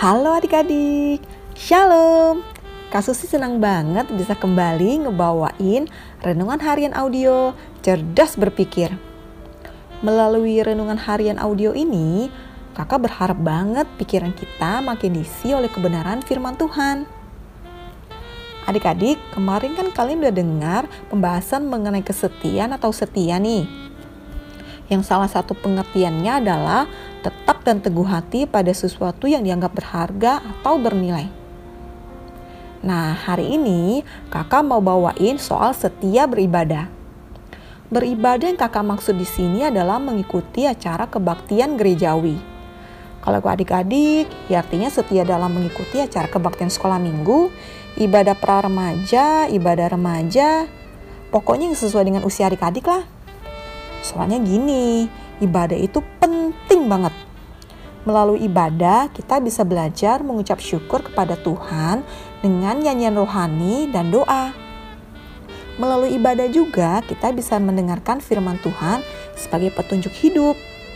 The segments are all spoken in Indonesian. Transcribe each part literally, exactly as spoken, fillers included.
Halo adik-adik, Shalom. Kak Susi senang banget bisa kembali ngebawain renungan harian audio Cerdas Berpikir. Melalui renungan harian audio ini, kakak berharap banget pikiran kita makin diisi oleh kebenaran firman Tuhan. Adik-adik, kemarin kan kalian udah dengar pembahasan mengenai kesetiaan atau setia nih. Yang salah satu pengertiannya adalah tetap dan teguh hati pada sesuatu yang dianggap berharga atau bernilai. Nah, hari ini kakak mau bawain soal setia beribadah. Beribadah yang kakak maksud di sini adalah mengikuti acara kebaktian gerejawi. Kalau adik-adik, ya artinya setia dalam mengikuti acara kebaktian sekolah minggu, ibadah pra remaja, ibadah remaja, pokoknya yang sesuai dengan usia adik-adik lah. Soalnya gini, ibadah itu penting banget. Melalui ibadah, kita bisa belajar mengucap syukur kepada Tuhan dengan nyanyian rohani dan doa. Melalui ibadah juga, kita bisa mendengarkan firman Tuhan sebagai petunjuk hidup.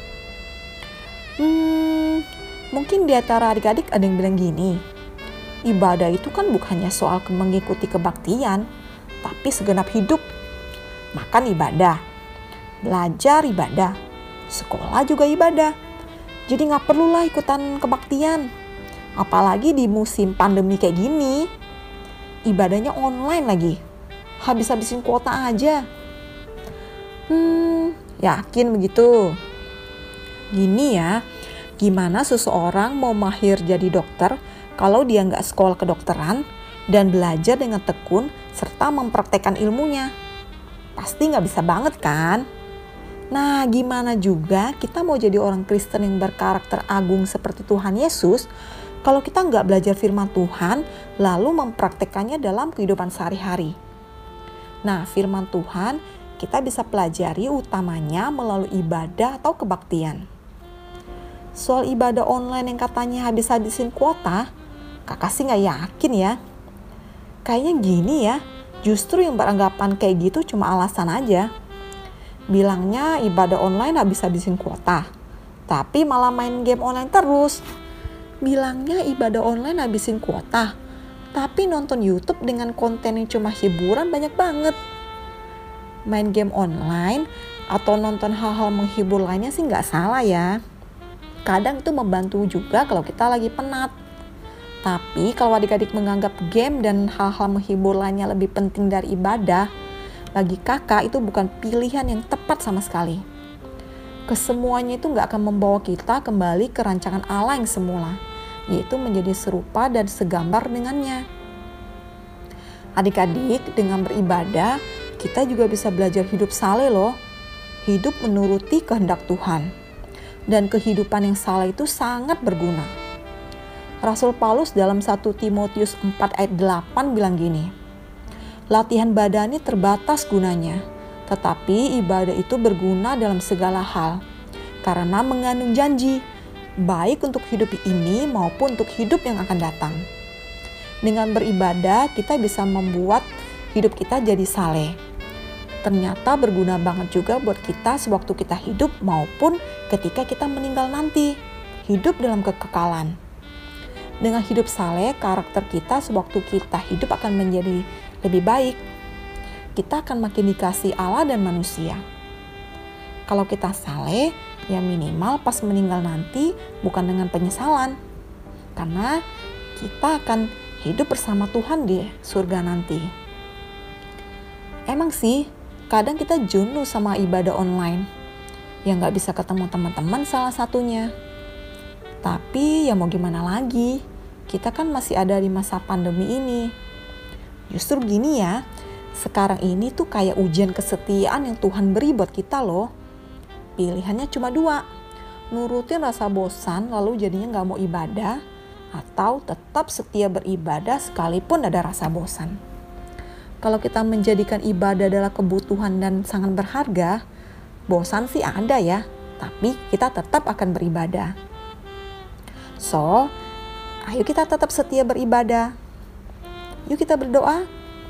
Hmm, mungkin di antara adik-adik ada yang bilang gini, ibadah itu kan bukannya soal mengikuti kebaktian, tapi segenap hidup. Makan ibadah, belajar ibadah, sekolah juga ibadah. Jadi gak perlulah ikutan kebaktian. Apalagi di musim pandemi kayak gini. Ibadahnya online lagi. Habis-habisin kuota aja. Hmm, yakin begitu? Gini ya, gimana seseorang mau mahir jadi dokter kalau dia gak sekolah kedokteran dan belajar dengan tekun serta mempraktekkan ilmunya? Pasti gak bisa banget kan? Nah, gimana juga kita mau jadi orang Kristen yang berkarakter agung seperti Tuhan Yesus kalau kita nggak belajar firman Tuhan lalu mempraktekannya dalam kehidupan sehari-hari. Nah, firman Tuhan kita bisa pelajari utamanya melalui ibadah atau kebaktian. Soal ibadah online yang katanya habis-habisin kuota, kakak sih nggak yakin ya. Kayaknya gini ya, justru yang beranggapan kayak gitu cuma alasan aja. Bilangnya ibadah online habis-habisin kuota, tapi malah main game online terus. Bilangnya ibadah online habisin kuota, tapi nonton YouTube dengan konten yang cuma hiburan banyak banget. Main game online atau nonton hal-hal menghibur lainnya sih nggak salah ya. Kadang itu membantu juga kalau kita lagi penat. Tapi kalau adik-adik menganggap game dan hal-hal menghibur lainnya lebih penting dari ibadah, bagi kakak itu bukan pilihan yang tepat sama sekali. Kesemuanya itu gak akan membawa kita kembali ke rancangan Allah yang semula, yaitu menjadi serupa dan segambar dengannya. Adik-adik, dengan beribadah, kita juga bisa belajar hidup saleh loh. Hidup menuruti kehendak Tuhan. Dan kehidupan yang saleh itu sangat berguna. Rasul Paulus dalam satu Timotius empat ayat delapan bilang gini, latihan badani terbatas gunanya, tetapi ibadah itu berguna dalam segala hal, karena mengandung janji, baik untuk hidup ini maupun untuk hidup yang akan datang. Dengan beribadah, kita bisa membuat hidup kita jadi saleh. Ternyata berguna banget juga buat kita sewaktu kita hidup maupun ketika kita meninggal nanti, hidup dalam kekekalan. Dengan hidup saleh, karakter kita sewaktu kita hidup akan menjadi lebih baik. Kita akan makin dikasih Allah dan manusia. Kalau kita saleh, ya minimal pas meninggal nanti bukan dengan penyesalan. Karena kita akan hidup bersama Tuhan di surga nanti. Emang sih, kadang kita jenuh sama ibadah online. Ya gak bisa ketemu teman-teman salah satunya. Tapi ya mau gimana lagi, kita kan masih ada di masa pandemi ini. Justru gini ya, sekarang ini tuh kayak ujian kesetiaan yang Tuhan beri buat kita loh. Pilihannya cuma dua, nurutin rasa bosan lalu jadinya gak mau ibadah, atau tetap setia beribadah sekalipun ada rasa bosan. Kalau kita menjadikan ibadah adalah kebutuhan dan sangat berharga, bosan sih ada ya, tapi kita tetap akan beribadah. So, ayo kita tetap setia beribadah. Yuk kita berdoa.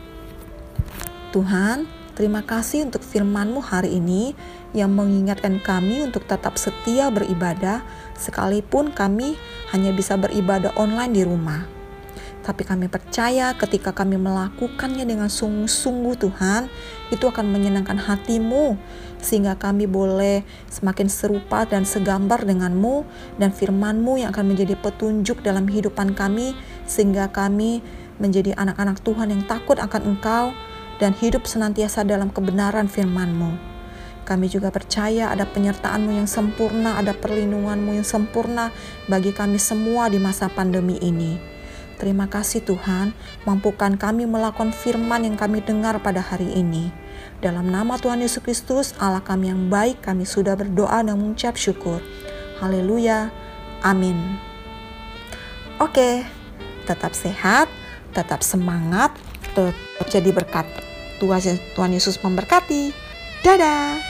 Tuhan, terima kasih untuk firman-Mu hari ini yang mengingatkan kami untuk tetap setia beribadah sekalipun kami hanya bisa beribadah online di rumah. Tapi kami percaya ketika kami melakukannya dengan sungguh-sungguh Tuhan, itu akan menyenangkan hati-Mu, sehingga kami boleh semakin serupa dan segambar dengan-Mu, dan firman-Mu yang akan menjadi petunjuk dalam kehidupan kami, sehingga kami menjadi anak-anak Tuhan yang takut akan Engkau, dan hidup senantiasa dalam kebenaran firman-Mu. Kami juga percaya ada penyertaan-Mu yang sempurna, ada perlindungan-Mu yang sempurna bagi kami semua di masa pandemi ini. Terima kasih Tuhan, mampukan kami melakukan firman yang kami dengar pada hari ini. Dalam nama Tuhan Yesus Kristus, Allah kami yang baik, kami sudah berdoa dan mengucap syukur. Haleluya, amin. Oke, tetap sehat, tetap semangat, tetap jadi berkat. Tuhan Yesus memberkati. Dadah.